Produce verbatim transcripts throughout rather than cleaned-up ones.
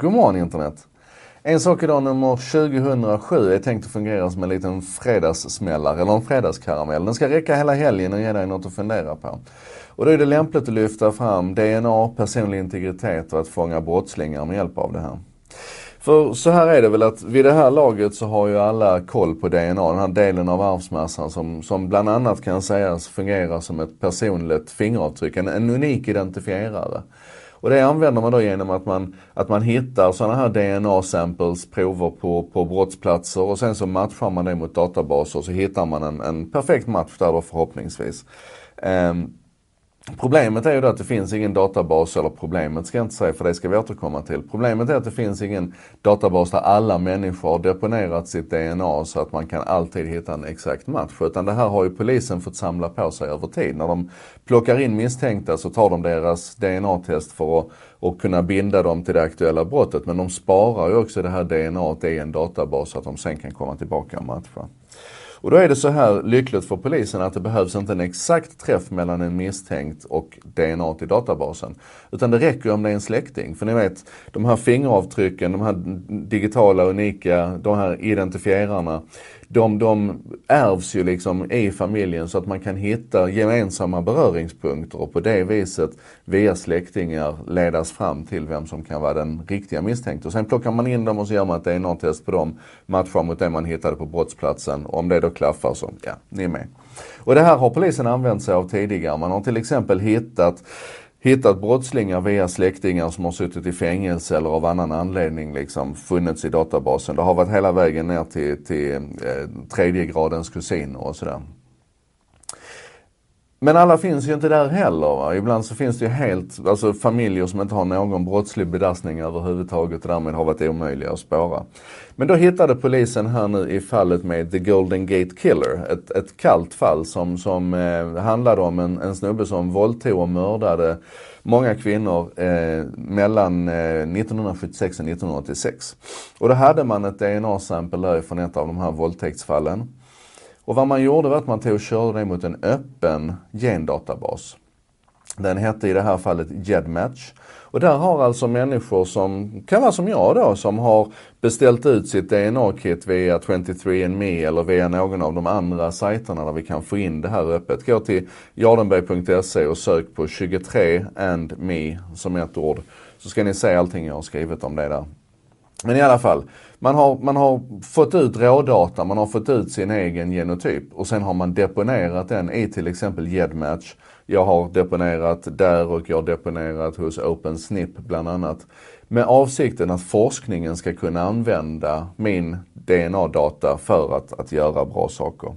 God morgon internet. En sak idag nummer tjugohundrasju är tänkt att fungera som en liten fredagssmällare eller en fredagskaramell. Den ska räcka hela helgen och ge dig något att fundera på. Och då är det lämpligt att lyfta fram D N A, personlig integritet och att fånga brottslingar med hjälp av det här. För så här är det väl att vid det här laget så har ju alla koll på D N A, den här delen av arvsmassan som, som bland annat kan sägas fungera som ett personligt fingeravtryck, en, en unik identifierare. Och det använder man då genom att man, att man hittar sådana här D N A-samples, prover på, på brottsplatser och sen så matchar man det mot databaser och så hittar man en, en perfekt match där då förhoppningsvis. Um, Problemet är ju då att det finns ingen databas, eller problemet ska jag inte säga för det ska vi återkomma till. Problemet är att det finns ingen databas där alla människor har deponerat sitt D N A så att man kan alltid hitta en exakt match. Utan det här har ju polisen fått samla på sig över tid. När de plockar in misstänkta så tar de deras D N A-test för att, att kunna binda dem till det aktuella brottet. Men de sparar ju också det här D N A i en databas så att de sen kan komma tillbaka och matcha. Och då är det så här lyckligt för polisen att det behövs inte en exakt träff mellan en misstänkt och D N A i databasen. Utan det räcker om det är en släkting. För ni vet, de här fingeravtrycken, de här digitala, unika, de här identifierarna, de, de ärvs ju liksom i familjen så att man kan hitta gemensamma beröringspunkter och på det viset via släktingar ledas fram till vem som kan vara den riktiga misstänkta. Och sen plockar man in dem och så gör man ett D N A-test på dem, matchar mot det man hittade på brottsplatsen. Och om det då klaffar så, ja, ni är med. Och det här har polisen använt sig av tidigare. Man har till exempel hittat Hittat brottslingar via släktingar som har suttit i fängelse eller av annan anledning liksom funnits i databasen. Det har varit hela vägen ner till, till eh, tredje gradens kusiner och sådär. Men alla finns ju inte där heller. Va? Ibland så finns det ju helt, alltså familjer som inte har någon brottslig belastning överhuvudtaget och därmed har varit omöjliga att spåra. Men då hittade polisen här nu i fallet med The Golden Gate Killer, ett, ett kallt fall som, som eh, handlade om en, en snubbe som våldtog och mördade många kvinnor eh, mellan eh, nittonhundrasjuttiosex och nittonhundraåttiosex. Och då hade man ett D N A-sample där från ett av de här våldtäktsfallen. Och vad man gjorde var att man tog och körde det mot en öppen gendatabas. Den hette i det här fallet GEDmatch. Och där har alltså människor som kan vara som jag då, som har beställt ut sitt D N A-kit via tjugotre and me eller via någon av de andra sajterna där vi kan få in det här öppet. Gå till jardenberg punkt se och sök på tjugotre and me som ett ord. Så ska ni se allting jag har skrivit om det där. Men i alla fall, man har, man har fått ut rådata, man har fått ut sin egen genotyp och sen har man deponerat den i till exempel GEDmatch. Jag har deponerat där och jag har deponerat hos OpenSNP bland annat. Med avsikten att forskningen ska kunna använda min D N A-data för att, att göra bra saker.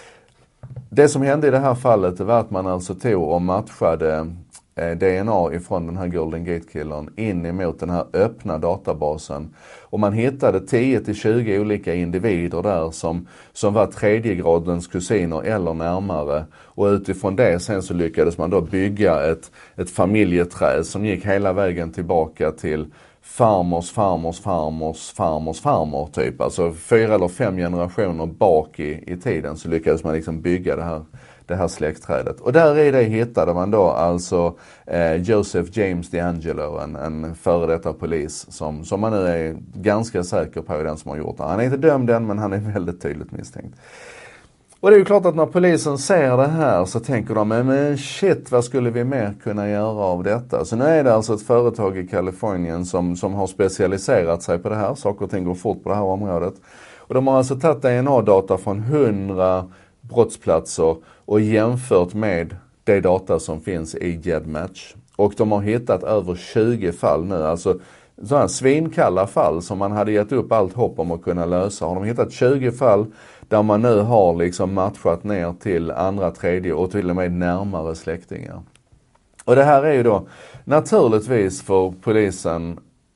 Det som hände i det här fallet var att man alltså tog och matchade D N A ifrån den här Golden Gate-killen in emot den här öppna databasen. Och man hittade tio till tjugo olika individer där som, som var tredje gradens kusiner eller närmare. Och utifrån det sen så lyckades man då bygga ett, ett familjeträd som gick hela vägen tillbaka till farmors, farmors, farmors, farmors, farmor typ. Alltså fyra eller fem generationer bak i, i tiden så lyckades man liksom bygga det här det här släktträdet. Och där i det hittade man då alltså eh, Joseph James DeAngelo, en, en före detta polis som, som man nu är ganska säker på den som har gjort det. Han är inte dömd än men han är väldigt tydligt misstänkt. Och det är ju klart att när polisen ser det här så tänker de, men shit, vad skulle vi mer kunna göra av detta? Så nu är det alltså ett företag i Kalifornien som, som har specialiserat sig på det här. Saker och ting går fort på det här området. Och de har alltså tagit D N A-data från hundra brottsplatser och jämfört med det data som finns i GEDmatch. Och de har hittat över tjugo fall nu, alltså sådana svinkalla fall som man hade gett upp allt hopp om att kunna lösa. Har de hittat tjugo fall där man nu har liksom matchat ner till andra, tredje och till och med närmare släktingar. Och det här är ju då naturligtvis för polisen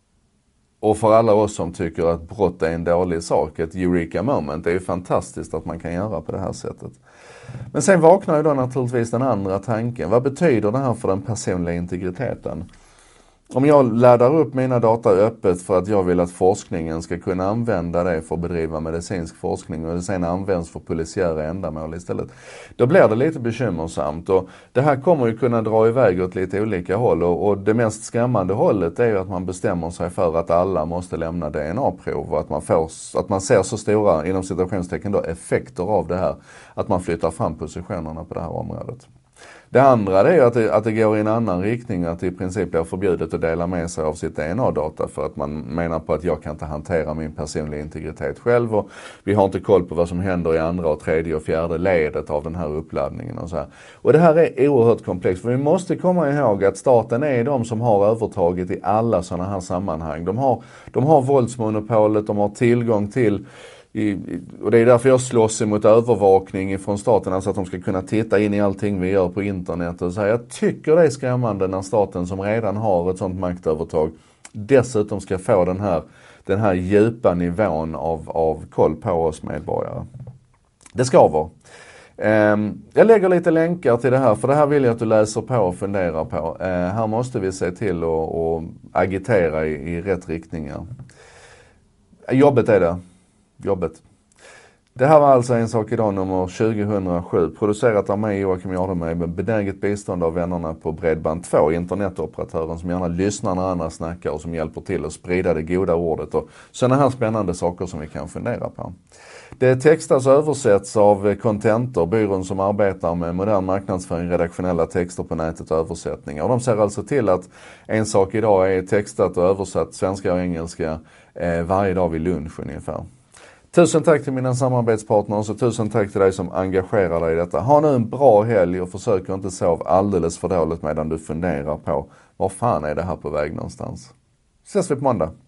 och för alla oss som tycker att brott är en dålig sak, ett eureka moment. Det är ju fantastiskt att man kan göra på det här sättet. Men sen vaknar ju då naturligtvis den andra tanken. Vad betyder det här för den personliga integriteten? Om jag laddar upp mina data öppet för att jag vill att forskningen ska kunna använda det för att bedriva medicinsk forskning och det sen används för polisiära ändamål istället, då blir det lite bekymmersamt. Och det här kommer ju kunna dra iväg åt lite olika håll och, och det mest skrämmande hållet är ju att man bestämmer sig för att alla måste lämna D N A-prov och att man, får, att man ser så stora, inom citationstecken då, effekter av det här, att man flyttar fram positionerna på det här området. Det andra är ju att det, att det går i en annan riktning, att det i princip blir förbjudet att dela med sig av sitt D N A-data för att man menar på att jag kan inte hantera min personliga integritet själv och vi har inte koll på vad som händer i andra och tredje och fjärde ledet av den här uppladdningen och så här. Och det här är oerhört komplext, för vi måste komma ihåg att staten är de som har övertaget i alla sådana här sammanhang. De har, de har våldsmonopolet, de har tillgång till I, och det är därför jag slåss emot övervakning från staten, alltså att de ska kunna titta in i allting vi gör på internet och så här. Jag tycker det är skrämmande när staten som redan har ett sånt maktövertag dessutom ska få den här, den här djupa nivån av, av koll på oss medborgare. Det ska vara. Um, jag lägger lite länkar till det här, för det här vill jag att du läser på och funderar på. Uh, här måste vi se till att och agitera i, i rätt riktningar. Jobbet är det. Jobbet. Det här var alltså En sak idag nummer tjugohundrasju, producerat av mig Joakim Jardenberg med benäget bistånd av vännerna på Bredband två, internetoperatören som gärna lyssnar när andra snackar och som hjälper till att sprida det goda ordet och sådana här spännande saker som vi kan fundera på. Det textas och översätts av Contentor, byrån som arbetar med modern marknadsföring, redaktionella texter på nätet och översättningar. Och de ser alltså till att En sak idag är textat och översatt svenska och engelska eh, varje dag vid lunch ungefär. Tusen tack till mina samarbetspartners och tusen tack till dig som engagerar dig i detta. Ha nu en bra helg och försök inte sova alldeles för dåligt medan du funderar på var fan är det här på väg någonstans. Ses vi på måndag.